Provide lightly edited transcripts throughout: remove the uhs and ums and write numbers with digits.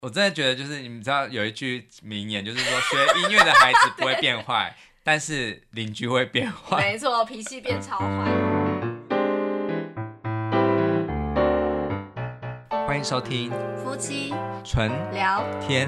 我真的觉得就是你们知道有一句名言，就是说学音乐的孩子不会变坏，但是邻居会变坏。 没错，脾气变超坏。 欢迎收听夫妻纯聊天。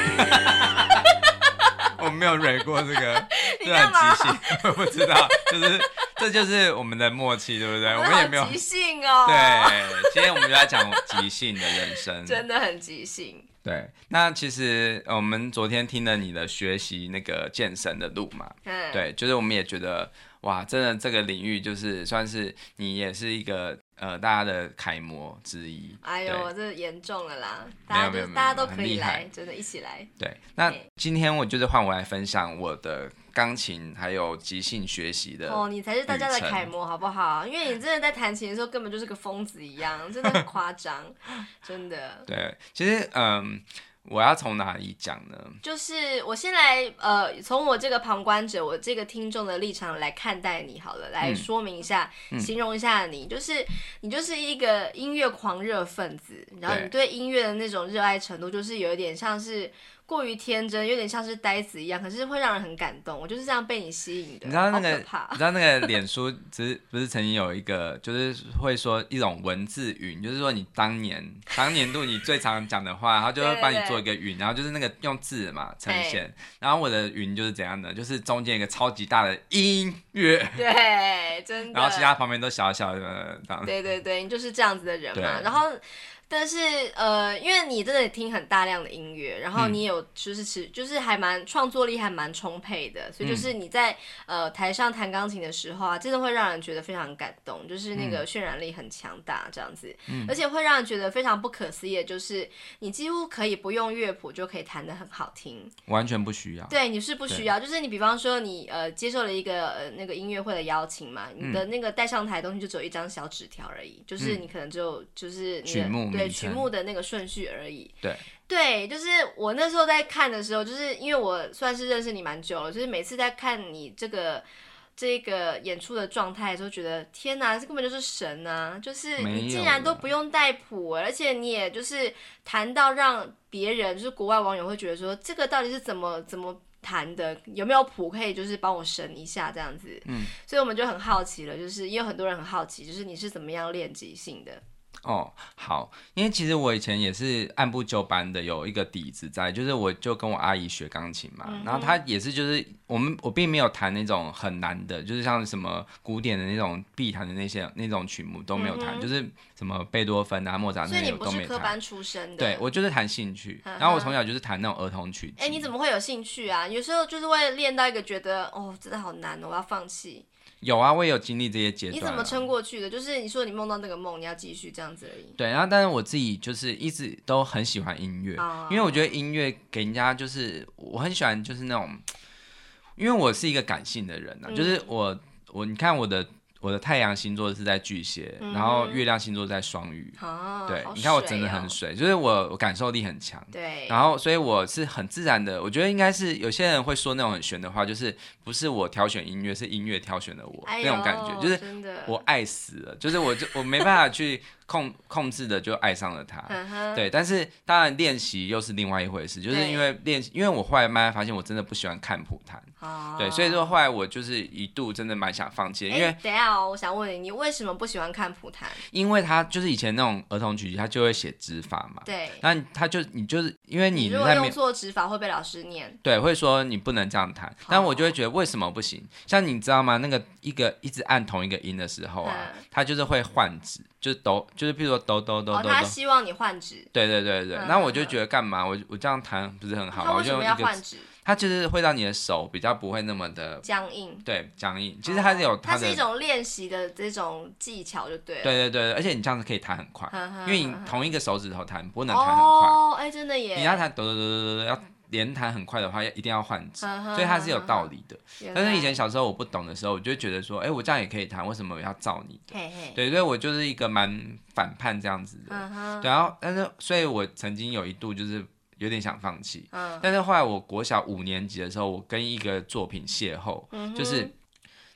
我没有蕊过这个， 你这很干嘛即兴，我不知道，这就是我们的默契，对不对？我们也没有好即兴哦。 对，今天我们就在讲即兴的人生， 真的很即兴。 对，那其实我们昨天听了你的学习那个健身的路嘛，对，就是我们也觉得哇，真的这个领域就是算是你也是一个大家的楷模之一。 哎呦，这严重了啦！ 没有大家都可以来，真的一起来。 对，那今天我就是换我来分享我的钢琴还有即兴学习的哦，你才是大家的楷模，好不好？因为你真的在弹琴的时候根本就是个疯子一样，真的很夸张，真的。 对，其实我要从哪里讲呢？ 就是我先来从我这个旁观者，我这个听众的立场来看待你好了，来说明一下，形容一下你，就是你就是一个音乐狂热分子，然后你对音乐的那种热爱程度，就是有一点像是过于天真，有点像是呆子一样，可是会让人很感动。我就是这样被你吸引的。 你知道那个， 好可怕。 你知道那个脸书不是曾经有一个，就是会说一种文字云，就是说你当年度你最常讲的话，他就会帮你做一个云，然后就是那个用字嘛呈现。然后我的云就是怎样的，就是中间一个超级大的音乐， 对，真的。 然后其他旁边都小小的这样。 对对对，你就是这样子的人嘛。然后。但是因为你真的听很大量的音乐，然后你有就是还蛮创作力还蛮充沛的，所以就是你在台上弹钢琴的时候啊，真的会让人觉得非常感动，就是那个渲染力很强大这样子，而且会让人觉得非常不可思议的，就是你几乎可以不用乐谱就可以弹得很好听， 完全不需要。 对，你是不需要，就是你比方说你接受了一个那个音乐会的邀请嘛，你的那个带上台的东西就只有一张小纸条而已，就是你可能就是曲目。 对曲目的那个顺序而已。 对， 就是我那时候在看的时候，就是因为我算是认识你蛮久了，就是每次在看你这个演出的状态的时候，觉得天哪，这根本就是神啊！就是你竟然都不用带谱，而且你也就是弹到让别人，就是国外网友会觉得说，这个到底是怎么弹的，有没有谱可以就是帮我审一下这样子。所以我们就很好奇了，就是也有很多人很好奇，就是你是怎么样练即兴的。 哦，好，因为其实我以前也是按部就班的，有一个底子在，就是我就跟我阿姨学钢琴嘛，然后她也是就是我并没有弹那种很难的，就是像什么古典的那种必弹的那种曲目都没有弹，就是什么贝多芬啊、莫扎特那种都没弹。 所以你不是科班出身的？ 对，我就是弹兴趣，然后我从小就是弹那种儿童曲。 你怎么会有兴趣啊？有时候就是会练到一个觉得哦，真的好难哦，我要放弃。 有啊，我也有经历这些阶段。 你怎么撑过去的？就是你说你梦到那个梦，你要继续这样子而已。 对，然后但是我自己就是一直都很喜欢音乐，因为我觉得音乐给人家就是我很喜欢就是那种，因为我是一个感性的人啊，就是你看我的太阳星座是在巨蟹，然后月亮星座在双鱼，对，你看我真的很水，就是我感受力很强， 对， 然后所以我是很自然的，我觉得应该是有些人会说那种很玄的话，就是不是我挑选音乐，是音乐挑选了我，那种感觉，就是我爱死了，就是我没办法去控制的就爱上了它，对，但是当然练习又是另外一回事，就是因为我后来慢慢发现我真的不喜欢看谱弹，对，所以说后来我就是一度真的蛮想放弃，因为等一下我想问你，你为什么不喜欢看谱弹？ 因为他就是以前那种儿童曲集，他就会写指法嘛， 对， 那你就是因为你如果用错指法会被老师念， 对，会说你不能这样弹，但我就会觉得为什么不行？像你知道吗？那个一直按同一个音的时候啊，他就是会换指，就是就是譬如说哆， 他希望你换指， 对，那我就觉得干嘛？我这样弹不是很好吗？ 他为什么要换指？ 它就是会让你的手比较不会那么的僵硬， 对，僵硬。其实它是有它是一种练习的这种技巧，就对了。 对，而且你这样子可以弹很快，因为你同一个手指头弹不能弹很快。 真的耶！ 你要弹要连弹很快的话，一定要换指，所以它是有道理的。但是以前小时候我不懂的时候，我就觉得说，我这样也可以弹，为什么我要照你的？对，所以我就是一个蛮反叛这样子的。对，然后但是，所以我曾经有一度就是有点想放弃，但是后来我国小5年级的时候，我跟一个作品邂逅，就是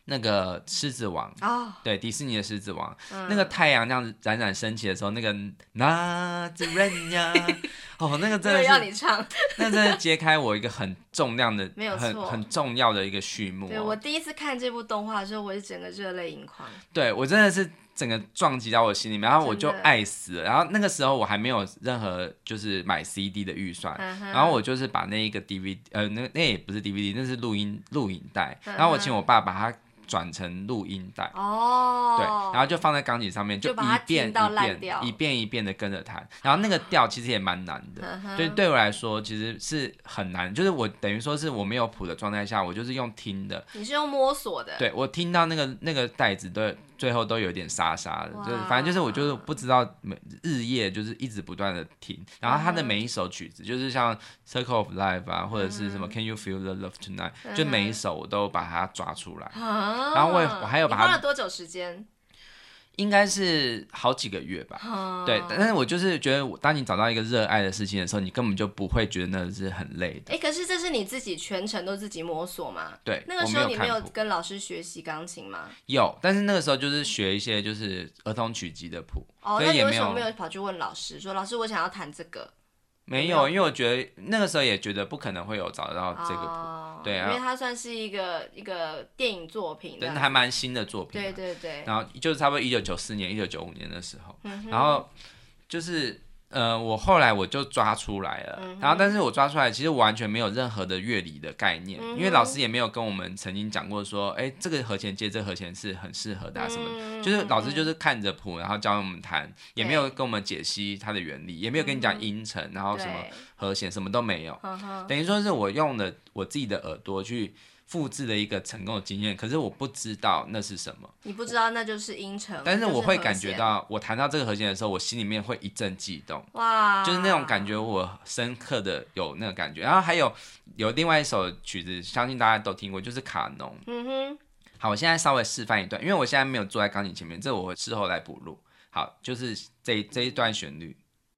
那个狮子王对，迪士尼的狮子王，那个太阳这样子冉冉升起的时候，那个那只人呀，那个真的是要你唱， 那真的揭开我一个很重量的， 没有错， 很重要的一个序幕。 对，我第一次看这部动画的时候，我是整个热泪盈眶。 对，我真的是整个撞击到我心里面，然后我就爱死了。然后那个时候我还没有任何就是买 CD 的预算，然后我就是把那一个 DVD，那也不是 DVD， 那是录影带，然后我请我爸把它转成录音带，对，然后就放在钢琴上面，就一遍一遍的跟着弹，然后那个调其实也蛮难的，所以对我来说其实是很难，就是我等于说是我没有谱的状态下，我就是用听的， 你是用摸索的， 对，我听到那个带子最后都有点沙沙的，就是反正就是我就是不知道日夜就是一直不断的听，然后他的每一首曲子就是像 Circle of Life 啊，或者是什么 Can You Feel the Love Tonight，就每一首我都把它抓出来，然后我还有把它， 你花了多久时间？ 应该是好几个月吧，对，但是我就是觉得当你找到一个热爱的事情的时候，你根本就不会觉得那是很累的。 可是这是你自己全程都自己摸索吗？ 对， 那个时候你没有跟老师学习钢琴吗？ 有，但是那个时候就是学一些就是儿童曲集的谱。 那你为什么没有跑去问老师说，老师我想要弹这个？ 没有，因为我觉得那个时候也觉得不可能会有找得到这个谱，对啊， 因为它算是一个电影作品， 对，还蛮新的作品， 对， 然后就是差不多1994年、1995年的时候，然后就是我后来我就抓出来了，然后但是我抓出来其实完全没有任何的乐理的概念，因为老师也没有跟我们曾经讲过说，这个和弦接这个和弦是很适合的啊什么的，就是老师就是看着谱然后教我们弹，也没有跟我们解析它的原理，也没有跟你讲音程，然后什么和弦什么都没有，等于说是我用了我自己的耳朵去复制了一个成功的经验，可是我不知道那是什么， 你不知道那就是音程， 但是我会感觉到我弹到这个和弦的时候，我心里面会一阵悸动，哇，就是那种感觉，我深刻的有那个感觉。然后还有另外一首曲子，相信大家都听过，就是卡农。好，我现在稍微示范一段，因为我现在没有坐在钢琴前面，这我会事后来补录。好，就是这一段旋律。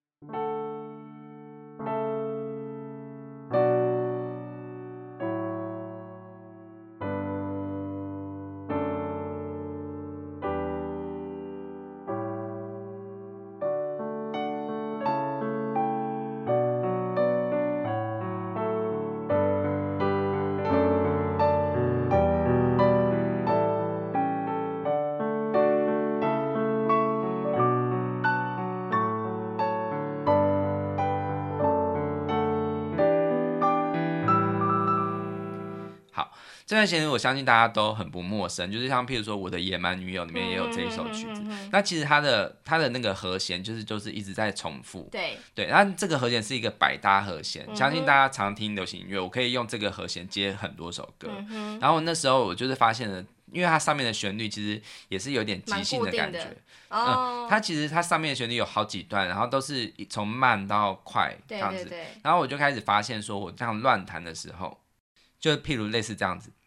这段旋律我相信大家都很不陌生，就是像譬如说我的野蛮女友里面也有这一首曲子，那其实它的那个和弦就是一直在重复，对，然后这个和弦是一个百搭和弦，相信大家常听流行音乐，我可以用这个和弦接很多首歌，然后那时候我就是发现了，因为它上面的旋律其实也是有点即兴的感觉，它其实它上面的旋律有好几段，然后都是从慢到快这样子，然后我就开始发现说我这样乱弹的时候，就譬如类似这样子。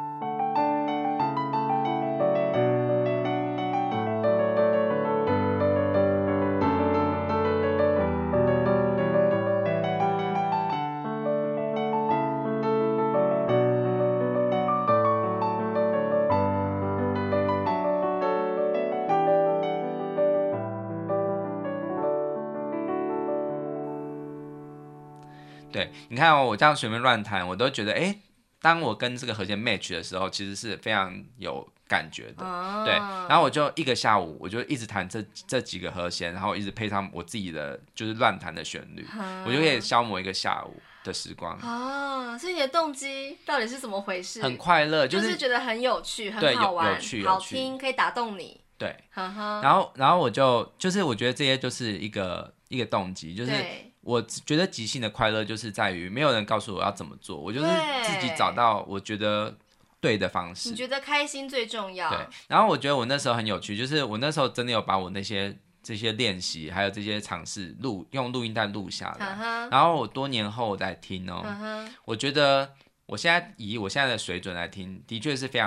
对，你看我这样随便乱弹，我都觉得当我跟这个和弦 match 的时候，其实是非常有感觉的，对。然后我就一个下午，我就一直弹这几个和弦，然后一直配上我自己的就是乱弹的旋律，我就可以消磨一个下午的时光。 所以你的动机到底是怎么回事？ 很快乐， 就是觉得很有趣，很好玩， 有趣好听，可以打动你。 对，然后我就是我觉得这些就是一个动机，就是我觉得即兴的快乐就是在于没有人告诉我要怎么做，我就是自己找到我觉得对的方式。 你觉得开心最重要。 对，然后我觉得我那时候很有趣，就是我那时候真的有把我这些练习还有这些尝试用录音带录下来，然后我多年后再听我觉得以我现在的水准来听，的确是非常的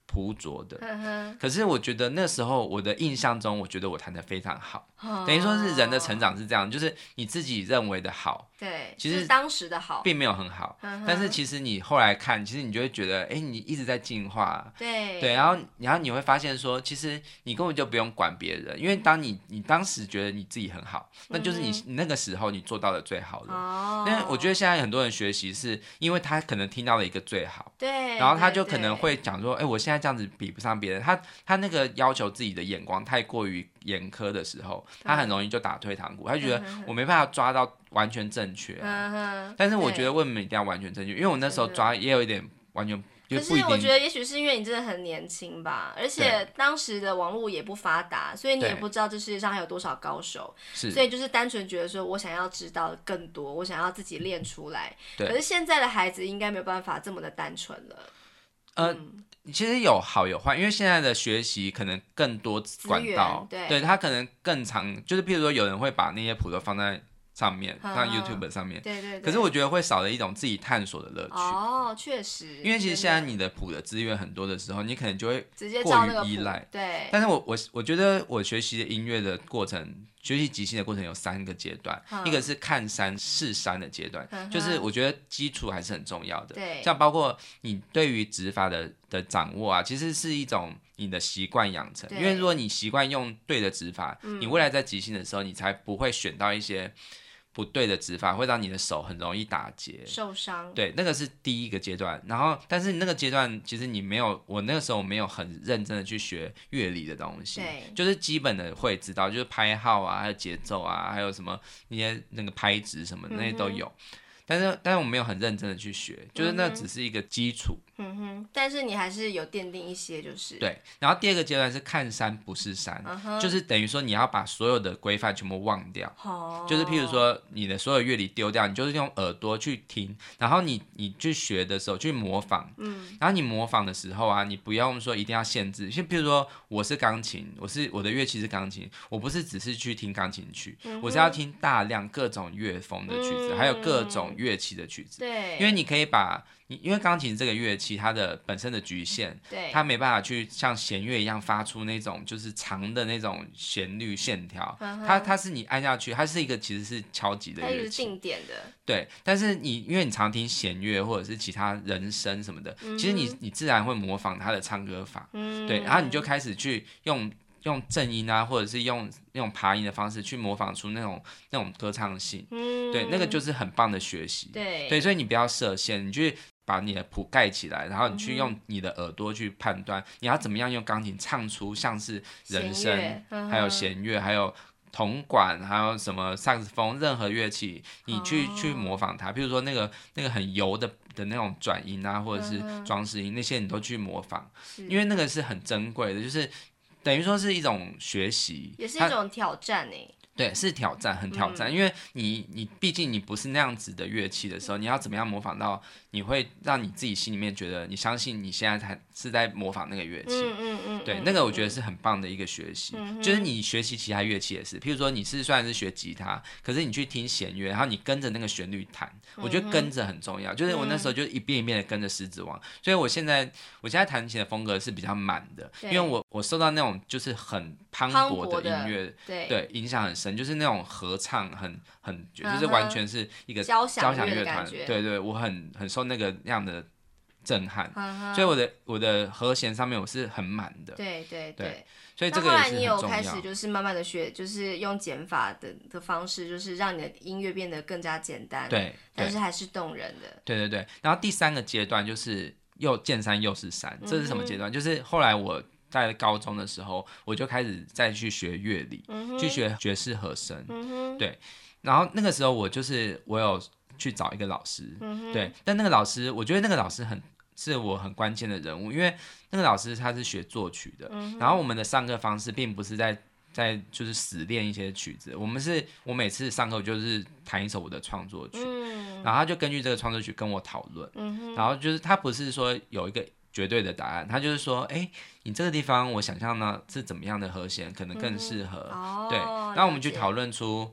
朴拙的。可是我觉得那时候我的印象中，我觉得我弹得非常好，等于说是人的成长是这样，就是你自己认为的好， 对， 其实当时的好并没有很好，但是其实你后来看，其实你就会觉得，你一直在进化， 对， 然后你会发现说，其实你根本就不用管别人，因为当你当时觉得你自己很好，那就是你那个时候你做到的最好了。因为我觉得现在很多人学习是因为他可能听到了一个最好， 对， 然后他就可能会讲说，我现在这样子比不上别人，他那个要求自己的眼光太过于严苛的时候，他很容易就打退堂鼓，他觉得我没办法抓到完全正确，但是我觉得为什么一定要完全正确？因为我那时候抓也有一点完全。 可是我觉得也许是因为你真的很年轻吧，而且当时的网络也不发达，所以你也不知道这世界上还有多少高手，所以就是单纯觉得说我想要知道更多，我想要自己练出来。可是现在的孩子应该没有办法这么的单纯了。 其实有好有坏，因为现在的学习可能更多管道，对他可能更长，就是譬如说有人会把那些谱都放在上面，像 YouTube 上面， 对。 可是我觉得会少了一种自己探索的乐趣。 确实。 因为其实现在你的谱的资源很多的时候，你可能就会直接过于依赖。 对。 但是我觉得我学习的音乐的过程，学习即兴的过程有3个阶段，一个是看山试山的阶段，就是我觉得基础还是很重要的。 对。 像包括你对于指法的掌握啊，其实是一种你的习惯养成。因为如果你习惯用对的指法，你未来在即兴的时候，你才不会选到一些不对的指法，会让你的手很容易打结受伤。 对，那个是第一个阶段。然后但是那个阶段其实你没有，我那个时候没有很认真的去学乐理的东西，就是基本的会知道，就是拍号啊，还有节奏啊，还有什么那个拍子什么那些都有。但是我没有很认真的去学，就是那只是一个基础。 但是你还是有奠定一些，就是对。然后第二个阶段是看山不是山，就是等于说你要把所有的规范全部忘掉，就是譬如说你的所有乐理丢掉，你就是用耳朵去听，然后你去学的时候去模仿，然后你模仿的时候啊，你不用说一定要限制，像譬如说我是钢琴，我的乐器是钢琴，我不是只是去听钢琴曲，我是要听大量各种乐风的曲子，还有各种乐器的曲子。 对， 因为你可以把因为钢琴这个乐器它的本身的局限，它没办法去像弦乐一样发出那种就是长的那种旋律线条，它是你按下去，它是一个其实是敲击的乐器，它是定点的。 对，但是因为你常听弦乐或者是其他人声什么的，其实你自然会模仿它的唱歌法，对，然后你就开始去用正音啊，或者是用那种爬音的方式去模仿出那种歌唱性，对，那个就是很棒的学习，对，所以你不要设限，你去把你的谱盖起来，然后你去用你的耳朵去判断，你要怎么样用钢琴唱出像是人声，还有弦乐，还有铜管，还有什么萨克斯风，任何乐器，你去模仿它，譬如说那个很油的那种转音啊，或者是装饰音，那些你都去模仿，因为那个是很珍贵的，就是等于说是一种学习， 也是一种挑战欸。 对，是挑战，很挑战，因为你毕竟你不是那样子的乐器的时候，你要怎么样模仿到你会让你自己心里面觉得你相信你现在才是在模仿那个乐器，对，那个我觉得是很棒的一个学习，就是你学习其他乐器也是，譬如说你虽然是学吉他，可是你去听弦乐，然后你跟着那个旋律弹，我觉得跟着很重要，就是我那时候就一遍一遍的跟着狮子王，所以我现在弹琴的风格是比较满的，因为我受到那种就是很磅礴的音乐，对，影响很深。就是那种合唱就是完全是一个交响乐团，对，我很受那样的震撼，所以我的和弦上面我是很满的，对，所以这个也是很重要。那后来你有开始就是慢慢的学，就是用减法的方式，就是让你的音乐变得更加简单，对，但是还是动人的，对。 然后第3个阶段就是又见山又是山，这是什么阶段？就是后来我在高中的时候，我就开始再去学乐理，去学爵士和声，对。然后那个时候我有去找一个老师，对。但那个老师，我觉得那个老师是我很关键的人物，因为那个老师他是学作曲的，然后我们的上课方式并不是在就是死练一些曲子，我每次上课就是弹一首我的创作曲，然后他就根据这个创作曲跟我讨论，然后就是他不是说有一个绝对的答案，他就是说，你这个地方我想象呢是怎么样的和弦可能更适合，对，然后我们去讨论出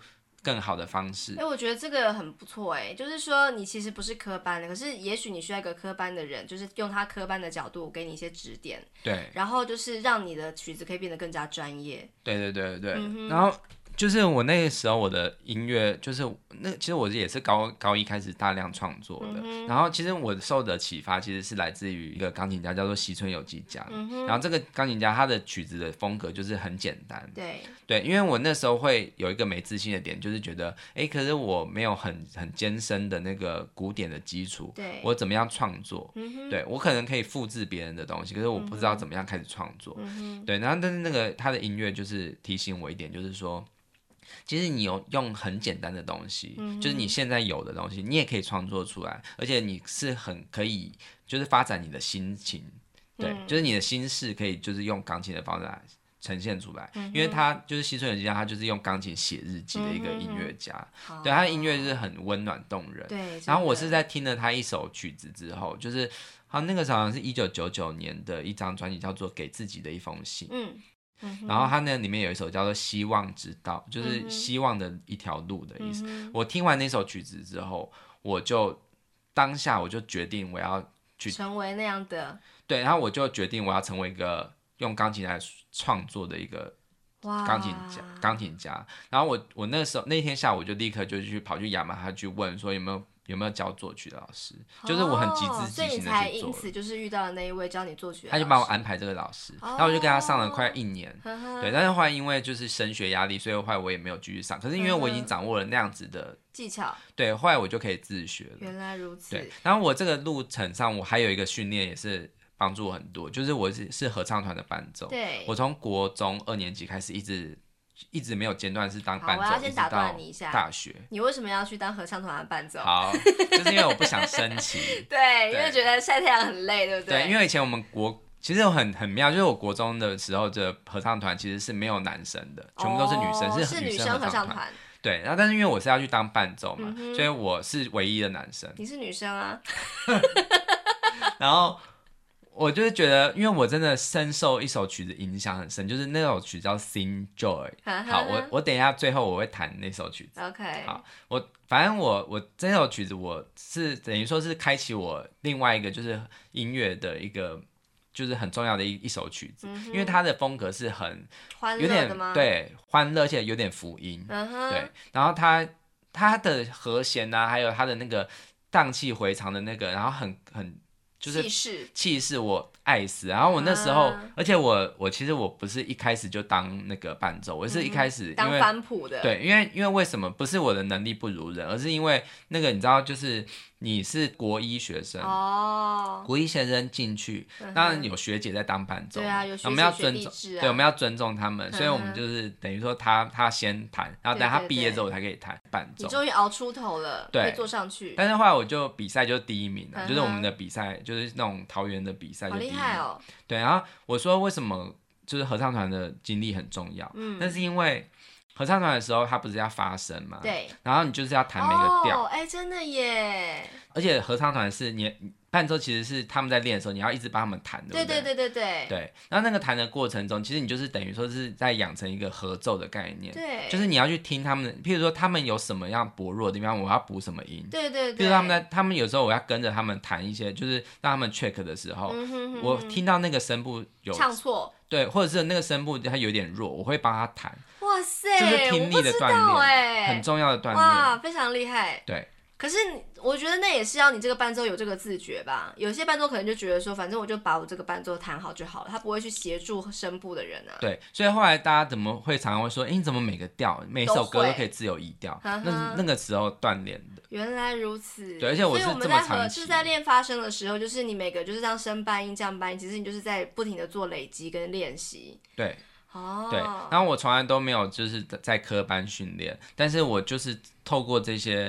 更好的方式。 我觉得这个很不错就是说你其实不是科班的，可是也许你需要一个科班的人，就是用他科班的角度给你一些指点， 对， 然后就是让你的曲子可以变得更加专业。 对，然后就是我那个时候我的音乐就是其实我也是高一开始大量创作的，然后其实我受的启发其实是来自于一个钢琴家叫做西村有纪江，然后这个钢琴家他的曲子的风格就是很简单，对，因为我那时候会有一个没自信的点，就是觉得可是我没有很艰深的那个古典的基础， 对， 我怎么样创作，对，我可能可以复制别人的东西，可是我不知道怎么样开始创作，对，然后但是那个他的音乐就是提醒我一点，就是说其实你用很简单的东西，就是你现在有的东西，你也可以创作出来，而且你是很可以就是发展你的心情，对，就是你的心事可以就是用钢琴的方式来呈现出来，因为他就是西村有纪江，他就是用钢琴写日记的一个音乐家，对，他的音乐就是很温暖动人， 对。 然后我是在听了他一首曲子之后，就是那个好像是1999年的一张专辑，叫做《给自己的一封信》，然后他那里面有一首叫做希望之道，就是希望的一条路的意思，我听完那首曲子之后，当下我就决定我要去成为那样的， 对，然后我就决定我要成为一个用钢琴来创作的一个钢琴家，然后我那天下午就立刻就跑去雅马哈去问说有没有教作曲的老师，就是我很即兴的去做， 所以你才因此就是遇到了那一位教你作曲的老师， 他就帮我安排这个老师，然后我就跟他上了快1年，对，但是后来因为就是升学压力，所以后来我也没有继续上，可是因为我已经掌握了那样子的技巧， 对，后来我就可以自学了。 原来如此。 对，然后我这个路程上，我还有一个训练也是帮助我很多，就是我是合唱团的伴奏， 对， 我从国中2年级开始一直没有间断是当伴奏， 我要先打断你一下， 大学你为什么要去当合唱团的伴奏？ 好，就是因为我不想升旗， 对，因为觉得晒太阳很累，对不对？ 对，因为以前我们其实很妙，就是我国中的时候的合唱团其实是没有男生的，全部都是女生， 是女生合唱团。 对，然后但是因为我是要去当伴奏嘛，所以我是唯一的男生。 你是女生啊？ 然后我就是觉得，因为我真的深受一首曲子影响很深，就是那首曲叫《Sing Joy》。好，我等一下最后我会弹那首曲子。 OK。 好，反正我这首曲子我是等于说是开启我另外一个就是音乐的一个就是很重要的一首曲子，因为它的风格是很有点对欢乐，而且有点福音。对，然后它的和弦啊，还有它的那个荡气回肠的那个，然后很就是气势我爱死。然后我那时候，而且我其实我不是一开始就当那个伴奏，我是一开始当翻谱的。 对，因为为什么不是我的能力不如人，而是因为那个你知道，就是你是国一学生国一学生进去，当然有学姐在当伴奏， 对啊，有学姐我们要尊重， 对， 我们要尊重他们，所以我们就是等于说他先弹，然后等他毕业之后我才可以弹伴奏。 你终于熬出头了，可以坐上去。 但是后来我就比赛就第1名了，就是我们的比赛就是那种桃园的比赛就第1名。好厉害哦！对，然后我说为什么就是合唱团的经历很重要，那是因为合唱团的时候他不是要发声嘛， 对， 然后你就是要弹每个调， 真的耶！ 而且合唱团是你伴奏其实是他们在练的时候，你要一直帮他们弹，对不对？对。然后那个弹的过程中，其实你就是等于说是在养成一个合奏的概念， 对， 就是你要去听他们，譬如说他们有什么样薄弱的地方，我要补什么音， 对。 譬如他们有时候我要跟着他们弹一些，就是让他们 check 的时候，我听到那个声部有唱错， 对，或者是那个声部它有点弱，我会帮他弹。 哇塞， 就是听力的锻炼，很重要的锻炼， 哇，非常厉害。 对。 可是我觉得那也是要你这个伴奏有这个自觉吧，有些伴奏可能就觉得说反正我就把我这个伴奏弹好就好了，他不会去协助声部的人啊。 对，所以后来大家怎么会常常会说你怎么每个调每首歌都可以自由移调，那个时候锻炼的。 原来如此。 对，而且我是这么长期， 就是在练发声的时候，就是你每个就是这样升半音降半音，其实你就是在不停的做累积跟练习。 对对，然后我从来都没有就是在科班训练，但是我就是透过这些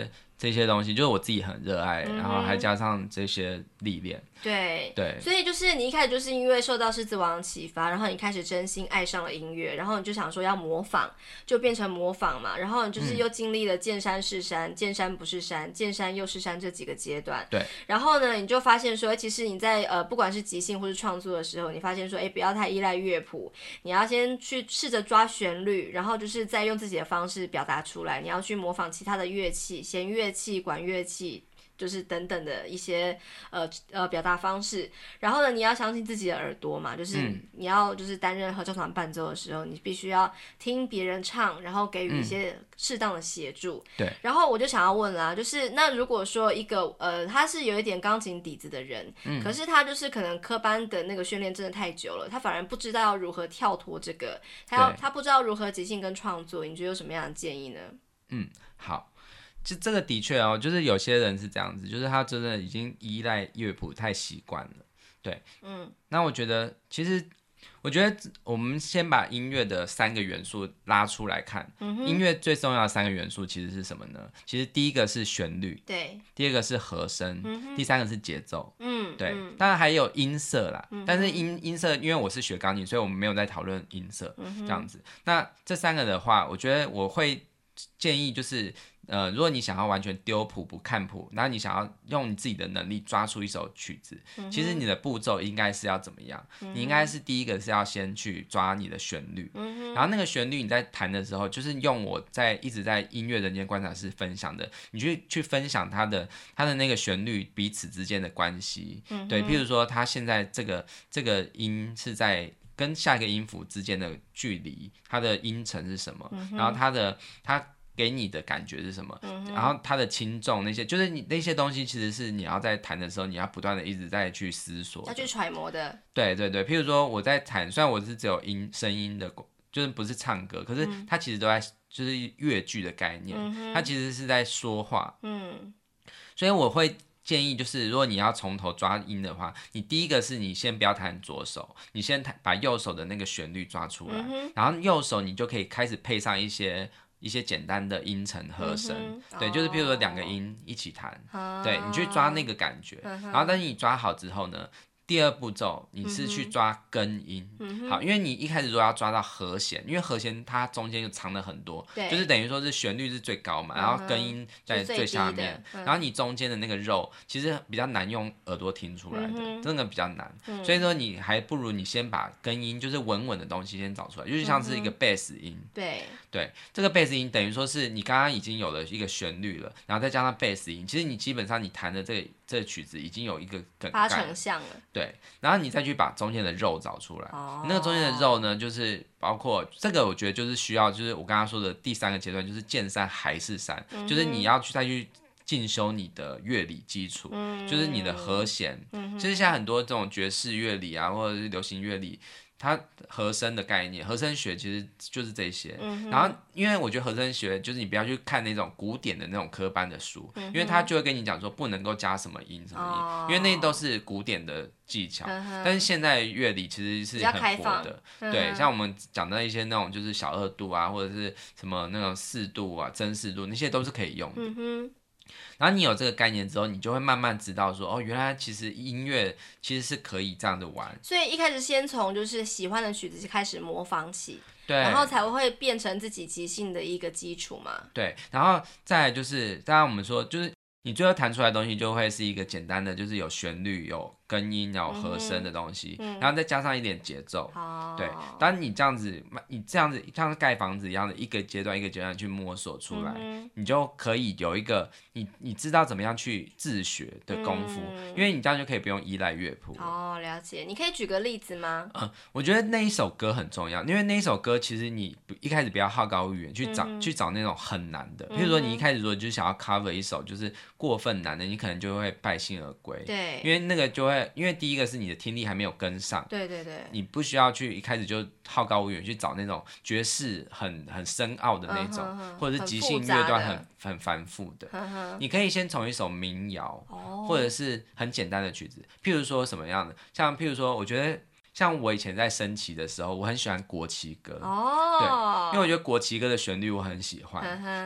这些东西，就是我自己很热爱，然后还加上这些历练。 对， 对， 所以就是你一开始就是因为受到狮子王的启发，然后你开始真心爱上了音乐，然后你就想说要模仿，就变成模仿嘛，然后你就是又经历了见山是山，见山不是山，见山又是山这几个阶段。 对， 然后呢，你就发现说，其实你在不管是即兴或是创作的时候，你发现说，不要太依赖乐谱，你要先去试着抓旋律，然后就是再用自己的方式表达出来，你要去模仿其他的乐器，弦乐器、管乐器。就是等等的一些表达方式，然后呢，你要相信自己的耳朵嘛，就是你要就是担任合唱团伴奏的时候，你必须要听别人唱，然后给予一些适当的协助。 对。 然后我就想要问啦，就是那如果说一个他是有一点钢琴底子的人，可是他就是可能科班的那个训练真的太久了，他反而不知道要如何跳脱这个，他不知道如何即兴跟创作，你觉得有什么样的建议呢？ 好。这个的确哦，就是有些人是这样子，就是他真的已经依赖乐谱太习惯了，对，那我觉得我觉得我们先把音乐的3个元素拉出来看，音乐最重要的3个元素其实是什么呢？其实第一个是旋律， 对， 第二个是和声，第3个是节奏，对，当然还有音色啦，但是音色，因为我是学钢琴，所以我们没有在讨论音色，这样子。那这3个的话，我觉得我会建议就是。如果你想要完全丢谱不看谱，然后你想要用你自己的能力抓出一首曲子，其实你的步骤应该是要怎么样？你应该是第一个是要先去抓你的旋律，然后那个旋律你在弹的时候，就是用我一直在音乐人间观察室分享的，你去分享它的那个旋律彼此之间的关系，对，譬如说它现在这个音是在跟下一个音符之间的距离，它的音程是什么，然后它给你的感觉是什么？然后它的轻重那些，就是你那些东西，其实是你要在弹的时候，你要不断的一直在去思索， 要去揣摩的。 对对对，譬如说我在弹，虽然我是只有声音的，就是不是唱歌，可是它其实都在就是乐句的概念，它其实是在说话。所以我会建议就是，如果你要从头抓音的话，你第一个是你先不要弹左手，你先把右手的那个旋律抓出来，然后右手你就可以开始配上一些简单的音程和声，对，就是譬如说2个音一起弹，对，你去抓那个感觉，然后但是你抓好之后呢，第2步骤你是去抓根音，好，因为你一开始如果要抓到和弦，因为和弦它中间就藏了很多，就是等于说是旋律是最高嘛，然后根音在最下面，然后你中间的那个肉其实比较难用耳朵听出来的，真的比较难，所以说你还不如你先把根音就是稳稳的东西先找出来，就是像是一个贝斯音，对，这个贝斯音等于说是你刚刚已经有了一个旋律了，然后再加上贝斯音，其实你基本上你弹的这个曲子已经有一个梗概 8成像了。 对，然后你再去把中间的肉找出来，那个中间的肉呢，就是包括这个，我觉得就是需要，就是我刚刚说的第3个阶段，就是见山还是山，就是你要再去进修你的乐理基础，就是你的和弦，其实现在很多这种爵士乐理啊，或者是流行乐理。它和声的概念，和声学其实就是这些。然后，因为我觉得和声学就是你不要去看那种古典的那种科班的书，因为他就会跟你讲说不能够加什么音什么音，因为那都是古典的技巧。但是现在乐理其实是很活的，对，像我们讲的一些那种就是小2度啊，或者是什么那种4度啊、真4度，那些都是可以用的。然后你有这个概念之后，你就会慢慢知道说，原来其实音乐其实是可以这样的玩。 所以一开始先从就是喜欢的曲子开始模仿起， 对， 然后才会变成自己即兴的一个基础嘛。 对，然后再来就是，当然我们说就是你最后弹出来的东西就会是一个简单的，就是有旋律、有根音、有和声的东西，然后再加上一点节奏。对，当你这样子像盖房子一样的一个阶段一个阶段去摸索出来，你就可以有一个你知道怎么样去自学的功夫，因为你这样就可以不用依赖乐谱。 了解。你可以举个例子吗？ 我觉得那一首歌很重要，因为那一首歌其实你一开始不要好高骛远，去找那种很难的。譬如说你一开始如果就是想要 cover 一首就是过分难的，你可能就会败兴而归。 对， 因为那个就会，因为第一个是你的听力还没有跟上。 对对对， 你不需要去一开始就好高骛远去找那种爵士很深奥的那种，或者是即兴乐段很繁复的。你可以先从一首民谣，或者是很简单的曲子，譬如说什么样的，像譬如说，我觉得像我以前在升旗的时候，我很喜欢国旗歌。对，因为我觉得国旗歌的旋律我很喜欢。对。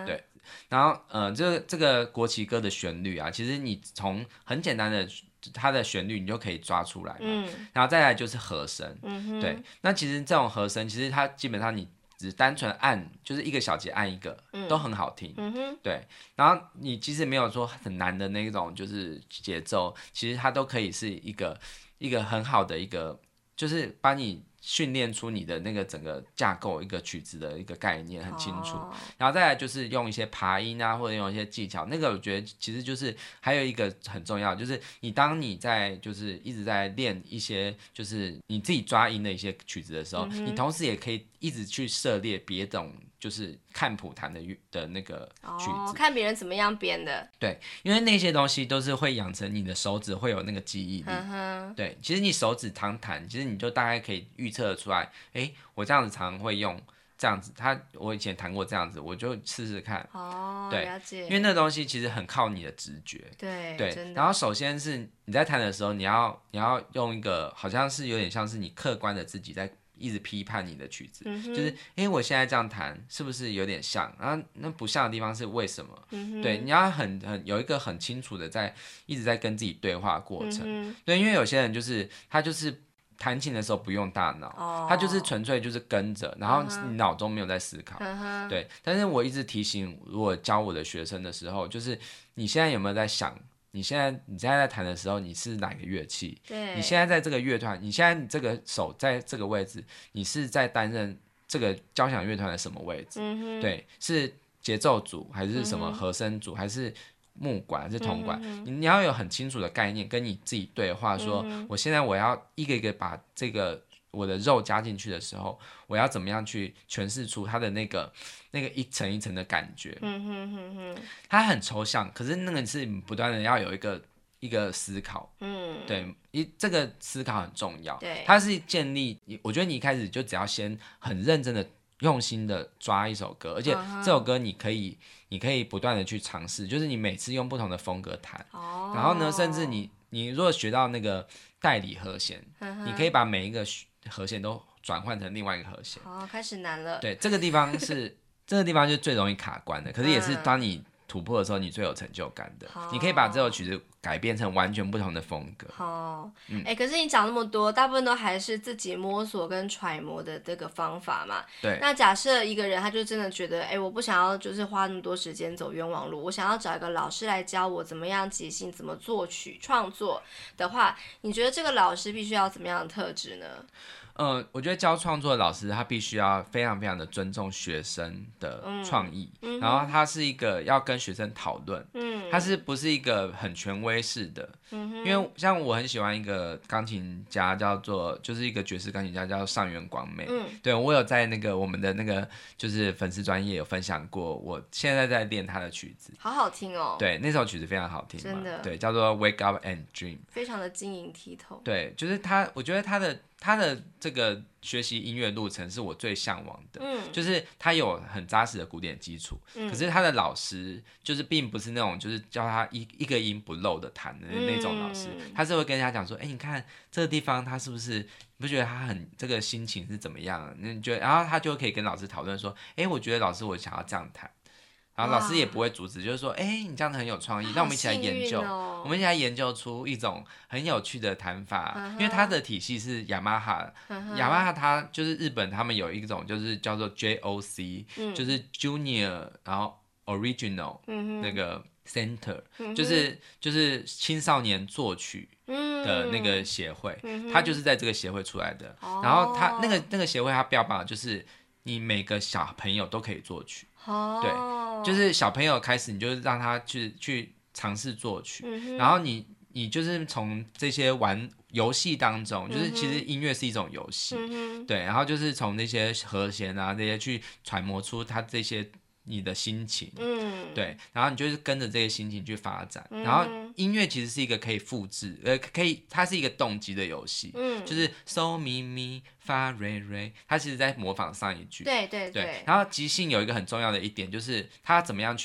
然后这个国旗歌的旋律啊，其实你从很简单的它的旋律你就可以抓出来嘛，然后再来就是和声，对，那其实这种和声其实它基本上你只单纯按就是一个小节按一个，都很好听，对，然后你即使没有说很难的那种就是节奏，其实它都可以是一个很好的一个，就是帮你训练出你的那个整个架构，一个曲子的一个概念很清楚，然后再来就是用一些爬音啊，或者用一些技巧，那个我觉得其实就是还有一个很重要，就是当你在就是一直在练一些就是你自己抓音的一些曲子的时候，你同时也可以一直去涉猎别种就是看谱弹的那个曲子， 看别人怎么样编的。 对，因为那些东西都是会养成你的手指会有那个记忆力。对，其实你手指常弹，其实你就大概可以预测出来，我这样子常会用这样子，我以前弹过这样子，我就试试看。对， 了解。因为那东西其实很靠你的直觉。 对， 然后首先是你在弹的时候，你要用一个好像是有点像是你客观的自己在一直批判你的曲子，就是我现在这样弹是不是有点像，然后那不像的地方是为什么？对，你要有一个很清楚的一直在跟自己对话的过程。对，因为有些人就是他就是弹琴的时候不用大脑，他就是纯粹就是跟着，然后你脑中没有在思考。对，但是我一直提醒，如果教我的学生的时候，就是你现在有没有在想？你现在在弹的时候，你是哪个乐器？ 对， 你现在在这个乐团，你现在你这个手在这个位置，你是在担任这个交响乐团的什么位置？对，是节奏组还是什么和声组，还是木管还是铜管？你要有很清楚的概念，跟你自己对话说，我现在我要一个一个把这个我的肉加进去的时候，我要怎么样去诠释出它的那个一层一层的感觉。它很抽象，可是那个是不断的要有一个思考。对，这个思考很重要。 对， 它是建立，我觉得你一开始就只要先很认真的用心的抓一首歌，而且这首歌你可以不断的去尝试，就是你每次用不同的风格弹。然后呢，甚至你如果学到那个代理和弦，你可以把每一个和弦都转换成另外一个和弦。 开始难了。 对，这个地方就是最容易卡关的，可是也是当你突破的时候，你最有成就感的。你可以把这首曲子改编成完全不同的风格。 可是你讲那么多，大部分都还是自己摸索跟揣摩的这个方法嘛。 对。 那假设一个人他就真的觉得，我不想要就是花那么多时间走冤枉路，我想要找一个老师来教我怎么样即兴、怎么作曲创作的话，你觉得这个老师必须要怎么样的特质呢？ 我觉得教创作的老师他必须要非常非常的尊重学生的创意，然后他是一个要跟学生讨论，他是不是一个很权威式的？因为像我很喜欢一个钢琴家就是一个爵士钢琴家叫上原广美，对，我有在那个我们的那个就是粉丝专页有分享过，我现在在练他的曲子， 好好听哦。 对，那首曲子非常好听嘛， 真的， 对，叫做 Wake Up and Dream， 非常的晶莹剔透。 对，就是我觉得他的这个学习音乐路程是我最向往的，就是他有很扎实的古典基础，可是他的老师就是并不是那种就是教他一个音不漏的弹的那种老师，他是会跟他讲说，你看这个地方他是不是，你不觉得他这个心情是怎么样？你觉得，然后他就可以跟老师讨论说，我觉得老师我想要这样弹。然后老师也不会阻止，就是说，你这样子很有创意，那我们一起来研究，我们一起来研究出一种很有趣的弹法。因为它的体系是雅马哈，雅马哈它就是日本他们有一种就是叫做 JOC，就是 Junior， 然后 Original，那个 Center，就是青少年作曲的那个协会，它就是在这个协会出来的。然后它那个协会它标榜的就是你每个小朋友都可以作曲。对，就是小朋友开始，你就是让他去尝试作曲，然后你就是从这些玩游戏当中，就是其实音乐是一种游戏，对，然后就是从那些和弦啊这些去揣摩出他这些你的心情，对，然后你就是跟着这些心情去发展，然后音乐其实是一个可以复制，它是一个动机的游戏，就是嗦咪咪发瑞瑞，它其实在模仿上一句， 对， 然后即兴有一个很重要的一点，就是它怎么样去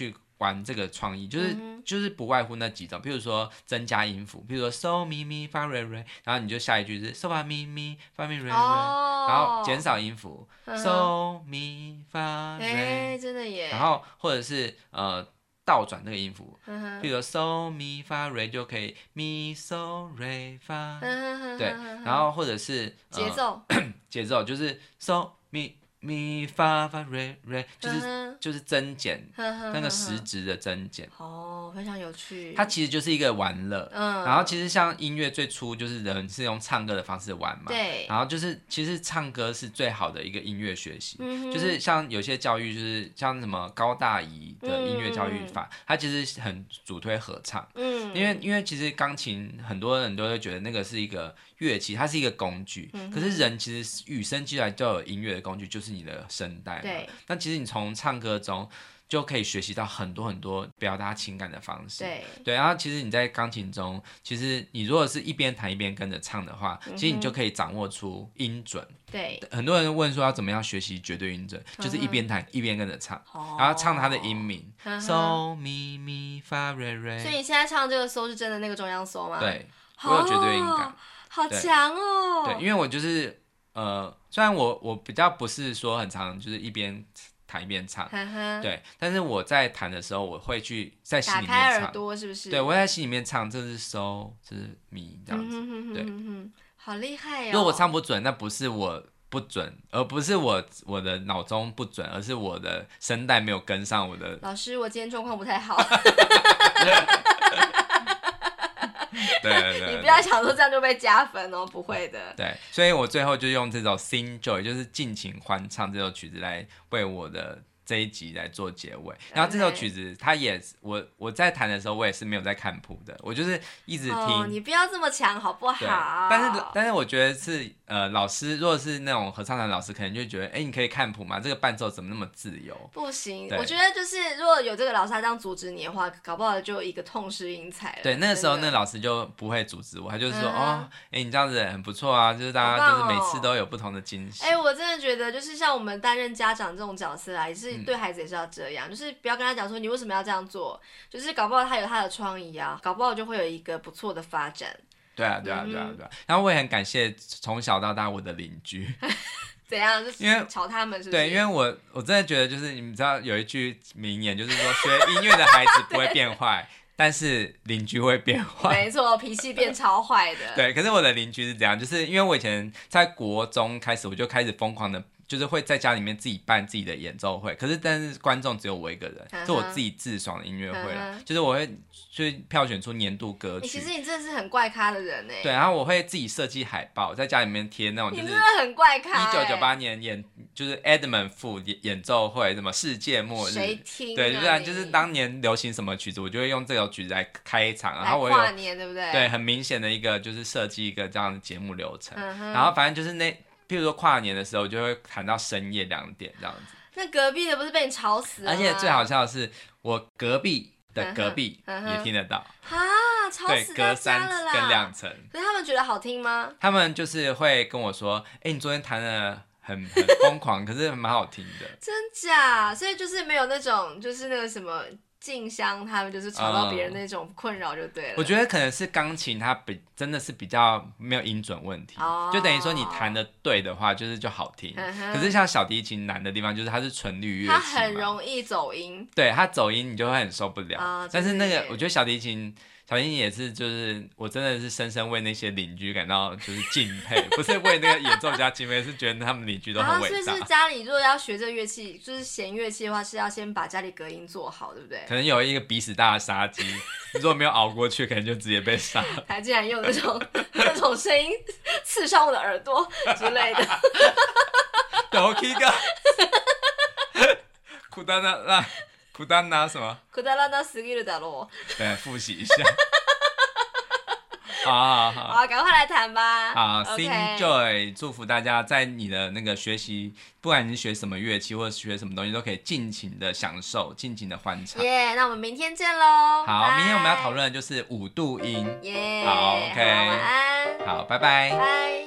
玩这个创意，就是不外乎那几种，譬如说增加音符，譬如说 so mi mi fa re re， 然后你就下一句是 so fa mi mi fa mi re re， 然后减少音符 so mi fa re， 真的耶。 然后或者是倒转那个音符，比如说 so mi fa re 就可以 mi so re fa， 对，然后或者是节奏就是 so mi mi fa fa re re， 就是增减那个时值的增减。 非常有趣。 它其实就是一个玩乐，然后其实像音乐最初就是人是用唱歌的方式玩嘛， 对， 然后就是其实唱歌是最好的一个音乐学习，就是像有些教育就是像什么高大宜的音乐教育法，它其实很主推合唱，因为其实钢琴很多人都会觉得那个是一个乐器，它是一个工具，可是人其实与生俱来就有音乐的工具，就是你的声带嘛。对，那其实你从唱歌中就可以学习到很多很多表达情感的方式。对，然后其实你在钢琴中，其实你如果是一边弹一边跟着唱的话，其实你就可以掌握出音准。对，很多人问说要怎么样学习绝对音准，就是一边弹一边跟着唱，然后唱它的音名，so mi mi fa re re。 所以你现在唱这个 so 是真的那个中央 so 吗？ 对，我有绝对音感。 好强哦！ 对，因为我就是虽然我比较不是说很常就是一边弹一边唱，对，但是我在弹的时候，我会去在心里面唱， 打开耳朵是不是？ 对，我在心里面唱，这是 so， 这是 mi 这样子，对， 好厉害哦！ 如果我唱不准，那不是我不准，而不是我的脑中不准，而是我的声带没有跟上我的。 老师，我今天状况不太好。 对， 你不要想说这样就被加分哦，不会的。 对，所以我最后就用这首 Sing Joy， 就是尽情欢唱这首曲子来为我的这一集来做结尾。然后这首曲子它也我在弹的时候我也是没有在看谱的，我就是一直听。 你不要这么强好不好？ 但是我觉得是老师如果是那种合唱团老师，可能就会觉得你可以看谱吗？这个伴奏怎么那么自由？不行，我觉得就是如果有这个老师他这样阻止你的话，搞不好就一个痛失英才了。 对，那个时候那个老师就不会阻止我，他就是说你这样子很不错啊，就是大家就是每次都有不同的惊喜。 我真的觉得就是像我们担任家长这种角色啊，也是对孩子也是要这样，就是不要跟他讲说你为什么要这样做，就是搞不好他有他的创意啊，搞不好就会有一个不错的发展。 对啊。然后我也很感谢从小到大我的邻居。 怎样？因为吵他们是不是？ 对，因为我真的觉得就是你们知道有一句名言，就是说学音乐的孩子不会变坏，但是邻居会变坏。 没错，脾气变超坏的。 对，可是我的邻居是这样，就是因为我以前在国中开始，我就开始疯狂的。就是会在家里面自己办自己的演奏会，但是观众只有我一个人，是我自己自爽的音乐会啦。就是我会去票选出年度歌曲。 其实你真的是很怪咖的人哎。 对，然后我会自己设计海报，在家里面贴那种。 你真的很怪咖。 1998年就是 Edmund 副演奏会，什么世界末日。 谁听？ 对，就是当年流行什么曲子，我就会用这首曲子来开场，然后我跨年对不对？ 对，很明显的一个就是设计一个这样的节目流程，然后反正就是譬如说跨年的时候，我就会弹到深夜2点这样子。 那隔壁的不是被你吵死了吗？ 而且最好笑的是，我隔壁的隔壁也听得到。 吵死大家了啦！ 对，隔3跟2层。 可是他们觉得好听吗？ 他们就是会跟我说：“你昨天弹的很疯狂，可是蛮好听的。” 真假？所以就是没有那种就是那个什么。静香他们就是吵到别人那种困扰就对了。 我觉得可能是钢琴它真的是比较没有音准问题，就等于说你弹的对的话就好听。可是像小提琴难的地方就是它是纯律乐器嘛， 它很容易走音。 对，它走音你就会很受不了。但是那个我觉得小提琴也是，就是我真的是深深为那些邻居感到就是敬佩，不是为那个演奏家敬佩，是觉得他们邻居都很伟大。 所以是家里如果要学这个乐器，就是弦乐器的话，是要先把家里隔音做好，对不对？ 可能有一个鼻屎大的杀鸡，如果没有熬过去，可能就直接被杀。 还竟然用那种声音刺伤我的耳朵之类的。 都听个，苦丹那。苦丹拿什么？ 苦丹拿すぎるだろう。 对，复习一下。好， 赶快来弹吧。 好 ，Sing Joy， 祝福大家在你的那个学习，不管你是学什么乐器或者学什么东西，都可以尽情的享受，尽情的欢唱。 那我们明天见喽。 好，明天我们要讨论的就是5度音。 好 ，OK， 晚安。 好，拜拜。 拜。